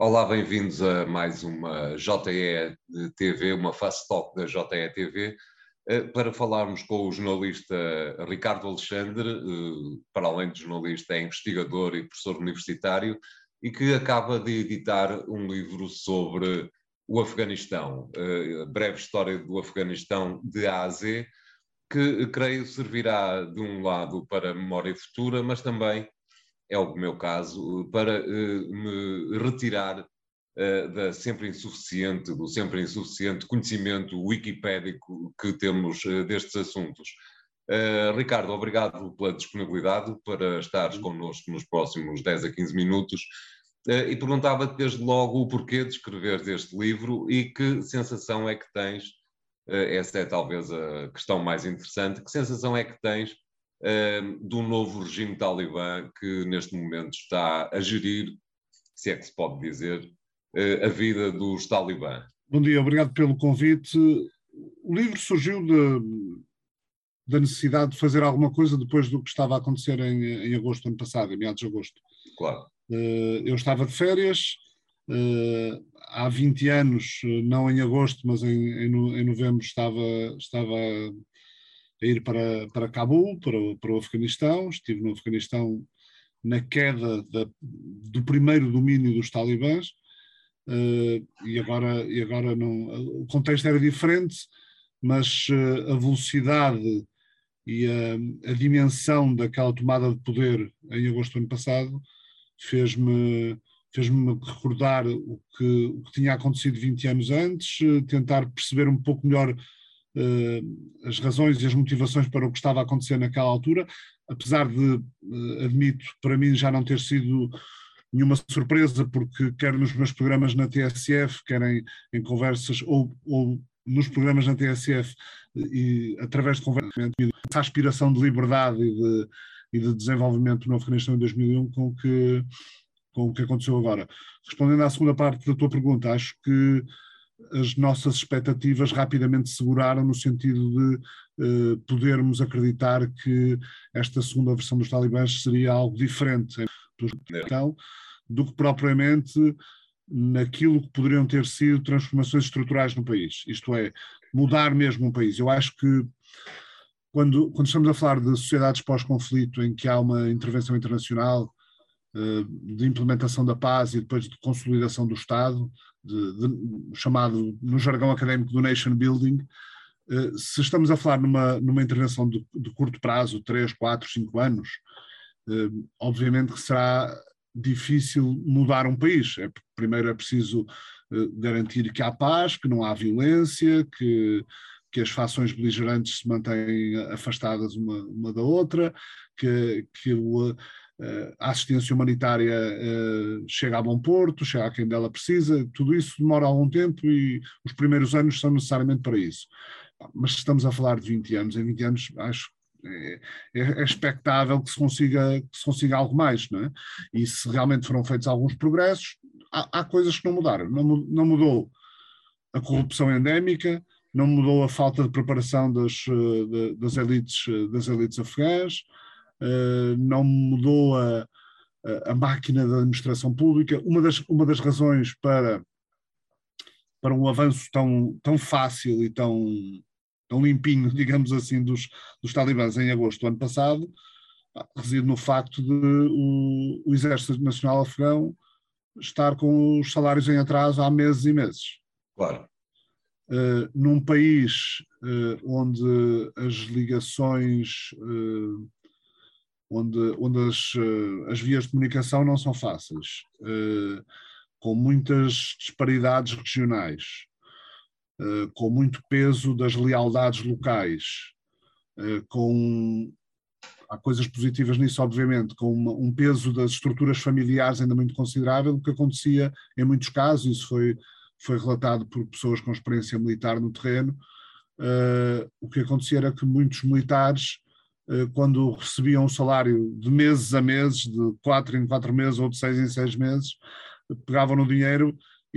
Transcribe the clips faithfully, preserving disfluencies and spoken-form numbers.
Olá, bem-vindos a mais uma J E T V, uma Fast Talk da J E T V, para falarmos com o jornalista Ricardo Alexandre, para além de jornalista, é investigador e professor universitário, e que acaba de editar um livro sobre o Afeganistão, a breve história do Afeganistão de A a Z, que creio servirá de um lado para a memória futura, mas também é o meu caso, para uh, me retirar uh, da sempre insuficiente, do sempre insuficiente conhecimento wikipédico que temos uh, destes assuntos. Uh, Ricardo, obrigado pela disponibilidade para estares connosco nos próximos dez a quinze minutos uh, e perguntava-te desde logo o porquê de escrever este livro e que sensação é que tens, uh, essa é talvez a questão mais interessante, que sensação é que tens Uh, do novo regime talibã que neste momento está a gerir, se é que se pode dizer, uh, a vida dos talibã. Bom dia, obrigado pelo convite. O livro surgiu de, da necessidade de fazer alguma coisa depois do que estava a acontecer em, em agosto do ano passado, em meados de agosto. Claro. Uh, eu estava de férias, uh, há vinte anos, não em agosto, mas em, em, em novembro estava... estava a ir para, para Cabul, para, para o Afeganistão. Estive no Afeganistão na queda da, do primeiro domínio dos talibãs, uh, e agora, e agora não, o contexto era diferente, mas uh, a velocidade e a, a dimensão daquela tomada de poder em agosto do ano passado fez-me fez-me recordar o que, o que tinha acontecido vinte anos antes, uh, tentar perceber um pouco melhor Uh, as razões e as motivações para o que estava a acontecer naquela altura, apesar de, uh, admito, para mim já não ter sido nenhuma surpresa, porque quer nos meus programas na T S F, quer em, em conversas, ou, ou nos programas na T S F, e através de conversas, essa aspiração de liberdade e de, e de desenvolvimento no Afeganistão em dois mil e um com o que, com o que aconteceu agora. Respondendo à segunda parte da tua pergunta, acho que as nossas expectativas rapidamente seguraram no sentido de uh, podermos acreditar que esta segunda versão dos talibãs seria algo diferente então, do que propriamente naquilo que poderiam ter sido transformações estruturais no país, isto é, mudar mesmo um país. Eu acho que quando, quando estamos a falar de sociedades pós-conflito em que há uma intervenção internacional, uh, de implementação da paz e depois de consolidação do Estado, De, de, chamado no jargão académico do nation building, eh, se estamos a falar numa, numa intervenção de, de curto prazo, três, quatro, cinco anos, eh, obviamente que será difícil mudar um país. É, primeiro é preciso eh, garantir que há paz, que não há violência, que, que as fações beligerantes se mantêm afastadas uma, uma da outra, que, que o a assistência humanitária uh, chega a bom porto, chega a quem dela precisa. Tudo isso demora algum tempo e os primeiros anos são necessariamente para isso. Mas se estamos a falar de vinte anos, em vinte anos acho é, é, é expectável que se, consiga, que se consiga algo mais, não é? E se realmente foram feitos alguns progressos, há, há coisas que não mudaram. Não, não mudou a corrupção endémica, não mudou a falta de preparação das, das, elites, das elites afegãs, Uh, não mudou a, a, a máquina da administração pública. Uma das, uma das razões para, para um avanço tão, tão fácil e tão, tão limpinho, digamos assim, dos, dos talibãs em agosto do ano passado, reside no facto de o, o Exército Nacional Afegão estar com os salários em atraso há meses e meses. Claro. Uh, num país uh, onde as ligações... Uh, onde, onde as, as vias de comunicação não são fáceis, uh, com muitas disparidades regionais, uh, com muito peso das lealdades locais, uh, com, há coisas positivas nisso, obviamente, com uma, um peso das estruturas familiares ainda muito considerável, o que acontecia em muitos casos, isso foi, foi relatado por pessoas com experiência militar no terreno, uh, o que acontecia era que muitos militares, quando recebiam um salário de meses a meses, de quatro em quatro meses ou de seis em seis meses, pegavam no dinheiro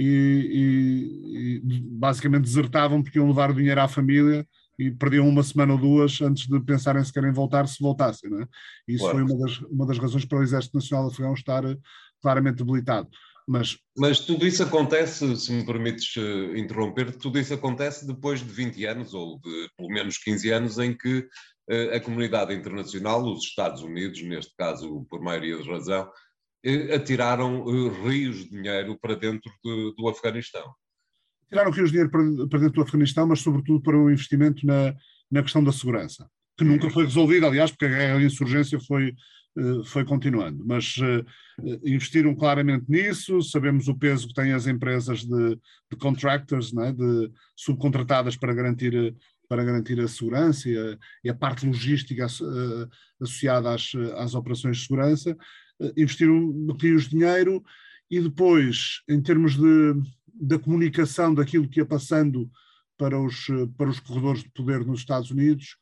e, e, e basicamente desertavam porque iam levar o dinheiro à família e perdiam uma semana ou duas antes de pensarem se querem voltar, se voltassem. Não é? Isso claro. Foi uma das, uma das razões para o Exército Nacional Afegão estar claramente debilitado. Mas, Mas tudo isso acontece, se me permites uh, interromper, tudo isso acontece depois de vinte anos, ou de pelo menos quinze anos, em que uh, a comunidade internacional, os Estados Unidos, neste caso por maioria de razão, uh, atiraram uh, rios de dinheiro para dentro de, do Afeganistão. Tiraram rios de dinheiro para, para dentro do Afeganistão, mas sobretudo para o investimento na, na questão da segurança, que nunca foi resolvida, aliás, porque a guerra de insurgência foi, foi continuando. Mas uh, investiram claramente nisso, sabemos o peso que têm as empresas de, de contractors, não é? De subcontratadas para garantir, para garantir a segurança e a, e a parte logística uh, associada às, às operações de segurança. Uh, investiram rios de dinheiro e depois, em termos de, da comunicação daquilo que ia passando para os, para os corredores de poder nos Estados Unidos,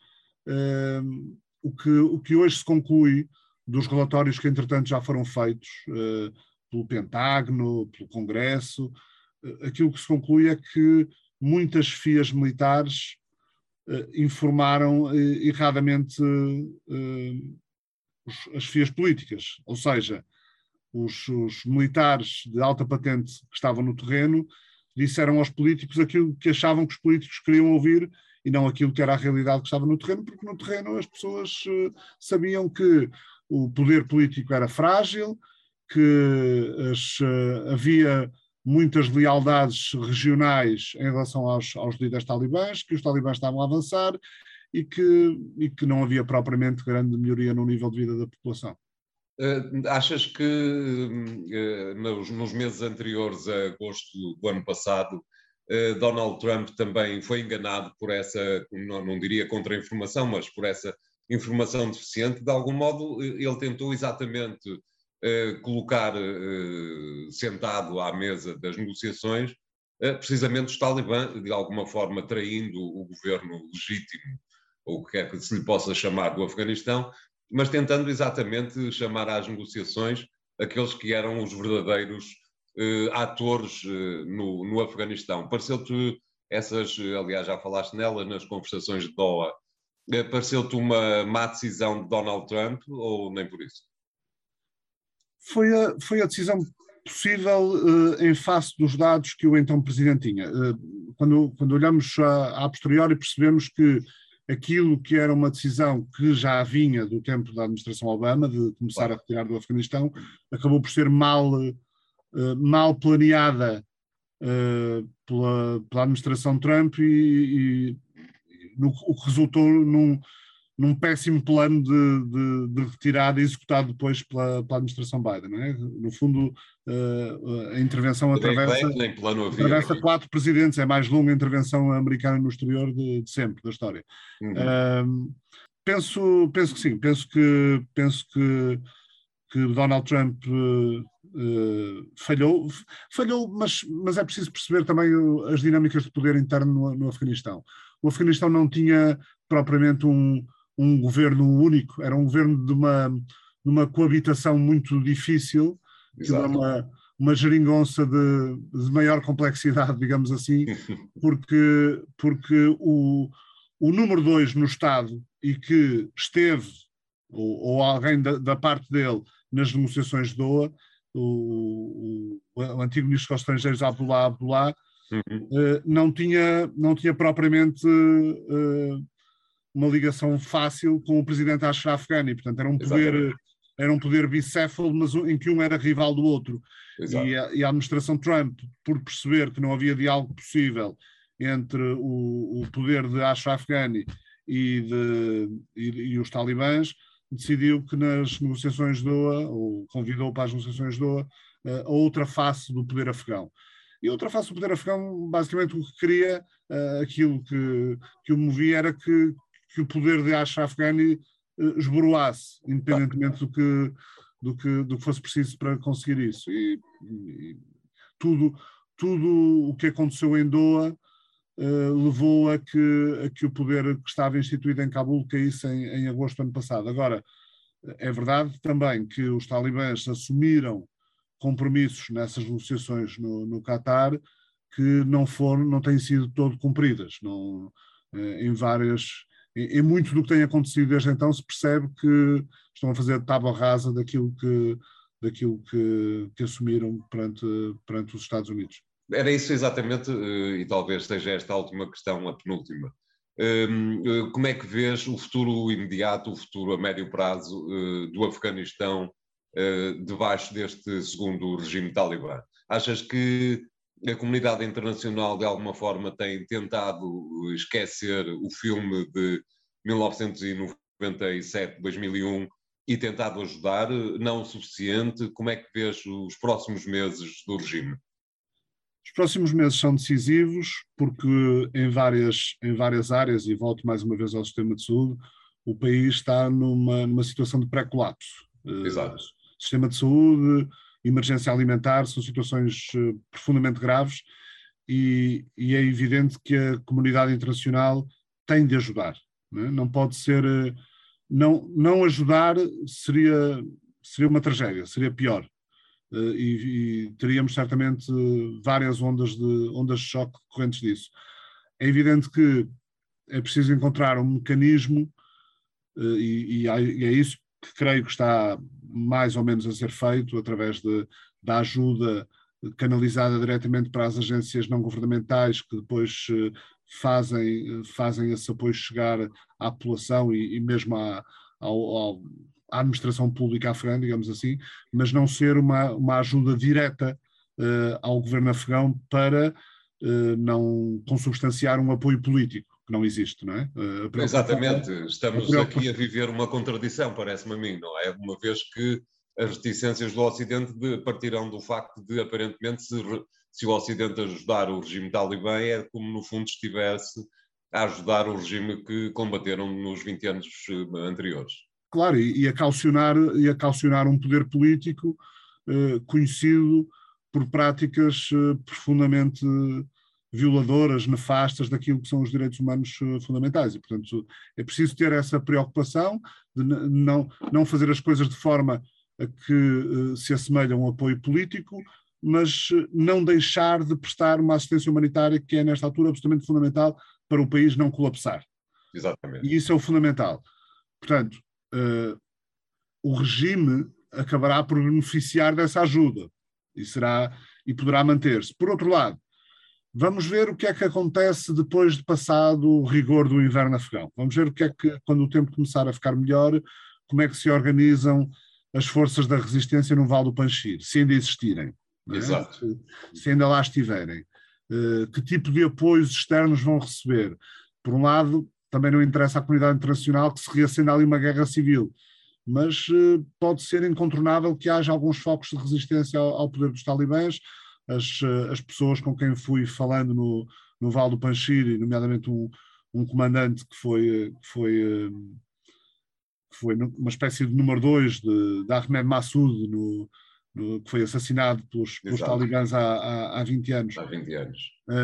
uh, o, que, o que hoje se conclui dos relatórios que, entretanto, já foram feitos uh, pelo Pentágono, pelo Congresso, uh, aquilo que se conclui é que muitas chefias militares uh, informaram uh, erradamente uh, os, as chefias políticas, ou seja, os, os militares de alta patente que estavam no terreno disseram aos políticos aquilo que achavam que os políticos queriam ouvir e não aquilo que era a realidade que estava no terreno, porque no terreno as pessoas uh, sabiam que o poder político era frágil, que as, uh, havia muitas lealdades regionais em relação aos, aos líderes talibãs, que os talibãs estavam a avançar e que, e que não havia propriamente grande melhoria no nível de vida da população. Uh, achas que uh, nos, nos meses anteriores a agosto do ano passado, uh, Donald Trump também foi enganado por essa, não, não diria contra-informação, mas por essa informação deficiente? De algum modo, ele tentou exatamente uh, colocar uh, sentado à mesa das negociações uh, precisamente os talibãs, de alguma forma traindo o governo legítimo, ou o que quer que se lhe possa chamar, do Afeganistão, mas tentando exatamente chamar às negociações aqueles que eram os verdadeiros uh, atores uh, no, no Afeganistão. Pareceu-te essas, aliás, já falaste nela, nas conversações de Doha, pareceu-te uma má decisão de Donald Trump ou nem por isso? Foi a, foi a decisão possível uh, em face dos dados que o então Presidente tinha. Uh, quando, quando olhamos a, a posteriori percebemos que aquilo que era uma decisão que já vinha do tempo da administração Obama, de começar claro. a retirar do Afeganistão, acabou por ser mal, uh, mal planeada uh, pela, pela administração Trump e, e no, o que resultou num, num péssimo plano de, de, de retirada executado depois pela, pela administração Biden. Não é? No fundo, uh, a intervenção atravessa, nem plano havia, atravessa quatro presidentes, é a mais longa intervenção americana no exterior de, de sempre, da história. Uhum. Uh, penso, penso que sim, penso que, penso que, que Donald Trump uh, uh, falhou, falhou mas, mas é preciso perceber também as dinâmicas de poder interno no, no Afeganistão. O Afeganistão não tinha propriamente um, um governo único, era um governo de uma, de uma coabitação muito difícil, que era uma, uma geringonça de, de maior complexidade, digamos assim, porque, porque o, o número dois no Estado e que esteve, ou, ou alguém da, da parte dele, nas negociações de Doha, o, o, o antigo ministro dos Estrangeiros Abdullah Abdullah, Uhum. Uh, não, tinha, não tinha propriamente uh, uma ligação fácil com o presidente Ashraf Ghani, portanto era um poder, era um poder bicéfalo, mas em que um era rival do outro. E a, e a administração Trump, por perceber que não havia diálogo possível entre o, o poder de Ashraf Ghani e, de, e, e os talibãs, decidiu que nas negociações de Doha, ou convidou para as negociações de Doha, uh, a outra face do poder afegão. E outra face do poder afegão, basicamente o que queria, uh, aquilo que, que o movia era que, que o poder de Ashraf Ghani uh, esboroasse, independentemente do que, do, que, do que fosse preciso para conseguir isso. E, e tudo, tudo o que aconteceu em Doha uh, levou a que, a que o poder que estava instituído em Cabul caísse em, em agosto do ano passado. Agora, é verdade também que os talibãs assumiram compromissos nessas negociações no, no Qatar que não foram, não têm sido todo cumpridas. Não, em várias, em, em muito do que tem acontecido desde então se percebe que estão a fazer tábua rasa daquilo que, daquilo que, que assumiram perante, perante os Estados Unidos. Era isso exatamente, e talvez seja esta a última questão, a penúltima. Como é que vês o futuro imediato, o futuro a médio prazo do Afeganistão debaixo deste segundo regime talibã? Achas que a comunidade internacional de alguma forma tem tentado esquecer o filme de mil novecentos e noventa e sete, dois mil e um e tentado ajudar? Não o suficiente? Como é que vês os próximos meses do regime? Os próximos meses são decisivos porque em várias, em várias áreas, e volto mais uma vez ao sistema de saúde, o país está numa, numa situação de pré-colapso. Exato. Uh, sistema de saúde, emergência alimentar, são situações uh, profundamente graves e, e é evidente que a comunidade internacional tem de ajudar. Não, é? Não pode ser... Uh, não, não ajudar seria, seria uma tragédia, seria pior. Uh, e, e teríamos certamente várias ondas de, ondas de choque decorrentes disso. É evidente que é preciso encontrar um mecanismo, uh, e, e, e é isso que creio que está mais ou menos a ser feito, através de, da ajuda canalizada diretamente para as agências não governamentais, que depois uh, fazem, fazem esse apoio chegar à população e, e mesmo à, ao, ao à administração pública afegã, digamos assim, mas não ser uma, uma ajuda direta uh, ao governo afegão para uh, não consubstanciar um apoio político, que não existe, não é? Uh, Exatamente, estamos preocupação... aqui a viver uma contradição, parece-me a mim, não é? Uma vez que as reticências do Ocidente de, partirão do facto de, aparentemente, se, se o Ocidente ajudar o regime talibã, é como, no fundo, estivesse a ajudar o regime que combateram nos vinte anos anteriores. Claro, e a calcionar, e a calcionar um poder político eh, conhecido por práticas eh, profundamente violadoras, nefastas daquilo que são os direitos humanos eh, fundamentais. E, portanto, é preciso ter essa preocupação de não, não fazer as coisas de forma a que eh, se assemelham a um apoio político, mas não deixar de prestar uma assistência humanitária que é, nesta altura, absolutamente fundamental para o país não colapsar. Exatamente. E isso é o fundamental. Portanto, Uh, o regime acabará por beneficiar dessa ajuda e, será, e poderá manter-se. Por outro lado, vamos ver o que é que acontece depois de passado o rigor do inverno afegão. Vamos ver o que é que, quando o tempo começar a ficar melhor, como é que se organizam as forças da resistência no Vale do Panjshir, se ainda existirem. Não é? Exato. Se, se ainda lá estiverem. Uh, que tipo de apoios externos vão receber? Por um lado, também não interessa à comunidade internacional que se reacenda ali uma guerra civil, mas uh, pode ser incontornável que haja alguns focos de resistência ao, ao poder dos talibãs. As, uh, as pessoas com quem fui falando no, no Vale do Panjshir, nomeadamente um, um comandante que foi, que foi, uh, que foi uma espécie de número dois de, de Ahmed Massoud, no, no, que foi assassinado pelos, pelos talibãs há, há, há vinte anos. Há vinte anos.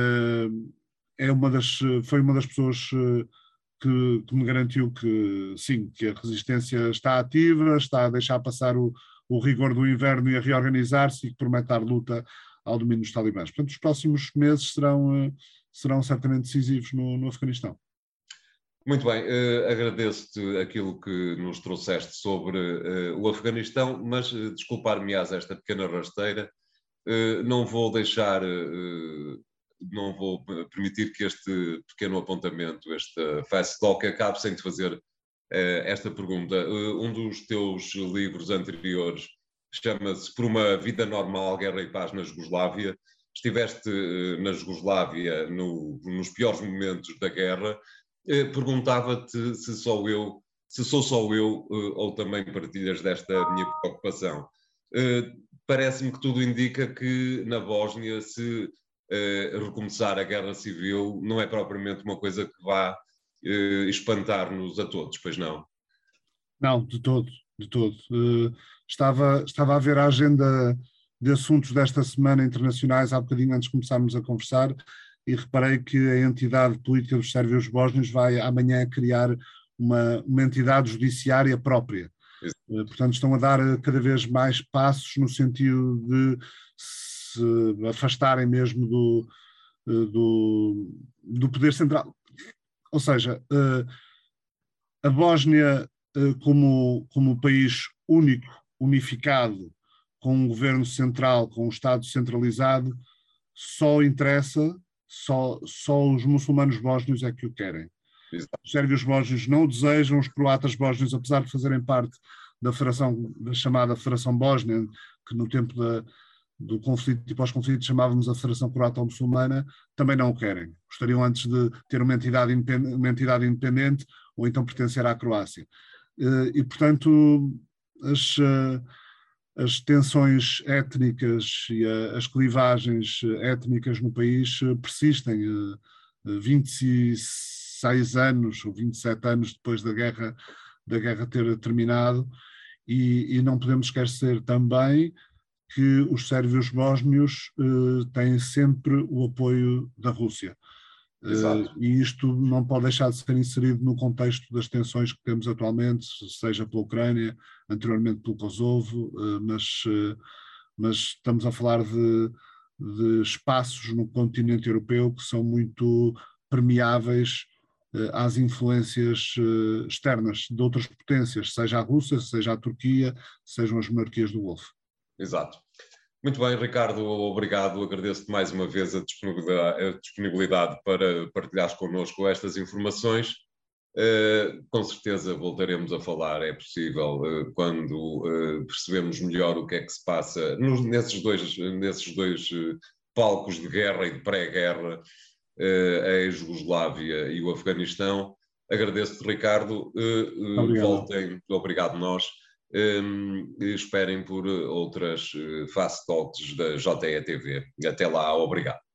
Uh, é uma das, foi uma das pessoas... Uh, Que, que me garantiu que sim, que a resistência está ativa, está a deixar passar o, o rigor do inverno e a reorganizar-se e que promete dar luta ao domínio dos talibãs. Portanto, os próximos meses serão, serão certamente decisivos no, no Afeganistão. Muito bem, uh, agradeço-te aquilo que nos trouxeste sobre uh, o Afeganistão, mas uh, desculpar-me-ás esta pequena rasteira, uh, não vou deixar... Uh, não vou permitir que este pequeno apontamento, este fast talk, acabe sem te fazer uh, esta pergunta. Uh, um dos teus livros anteriores chama-se Por uma Vida Normal, Guerra e Paz na Jugoslávia. Estiveste uh, na Jugoslávia no, nos piores momentos da guerra. Uh, perguntava-te se sou eu, se sou só eu uh, ou também partilhas desta minha preocupação. Uh, parece-me que tudo indica que na Bósnia, se Uh, recomeçar a guerra civil não é propriamente uma coisa que vá uh, espantar-nos a todos, pois não? Não, de todo, de todo. Uh, estava, estava a ver a agenda de assuntos desta semana internacionais há bocadinho antes de começarmos a conversar e reparei que a entidade política dos sérvios bósnios vai amanhã criar uma, uma entidade judiciária própria. Uh, portanto, estão a dar cada vez mais passos no sentido de se afastarem mesmo do, do, do poder central. Ou seja, a Bósnia como, como país único, unificado, com um governo central, com um Estado centralizado, só interessa, só, só os muçulmanos bósnios é que o querem. Exato. Os sérvios bósnios não o desejam, os croatas bósnios, apesar de fazerem parte da federação, da chamada Federação Bósnia, que no tempo da, do conflito e pós-conflito chamávamos a Federação Croata-Muçulmana, também não o querem. Gostariam antes de ter uma entidade, uma entidade independente ou então pertencer à Croácia. E, portanto, as, as tensões étnicas e as clivagens étnicas no país persistem. vinte e seis anos ou vinte e sete anos depois da guerra, da guerra ter terminado, e, e não podemos esquecer também que os sérvios bósnios uh, têm sempre o apoio da Rússia. Uh, e isto não pode deixar de ser inserido no contexto das tensões que temos atualmente, seja pela Ucrânia, anteriormente pelo Kosovo, uh, mas, uh, mas estamos a falar de, de espaços no continente europeu que são muito permeáveis às influências externas de outras potências, seja a Rússia, seja a Turquia, sejam as monarquias do Golfo. Exato. Muito bem, Ricardo, obrigado. Agradeço-te mais uma vez a disponibilidade, a disponibilidade para partilhares connosco estas informações. Uh, com certeza voltaremos a falar, é possível, uh, quando uh, percebemos melhor o que é que se passa nos, nesses dois, nesses dois uh, palcos de guerra e de pré-guerra, a Jugoslávia e o Afeganistão. Agradeço-te, Ricardo. Obrigado. Voltem, obrigado nós. Esperem por outras Fast Talks da J E T V. Até lá, obrigado.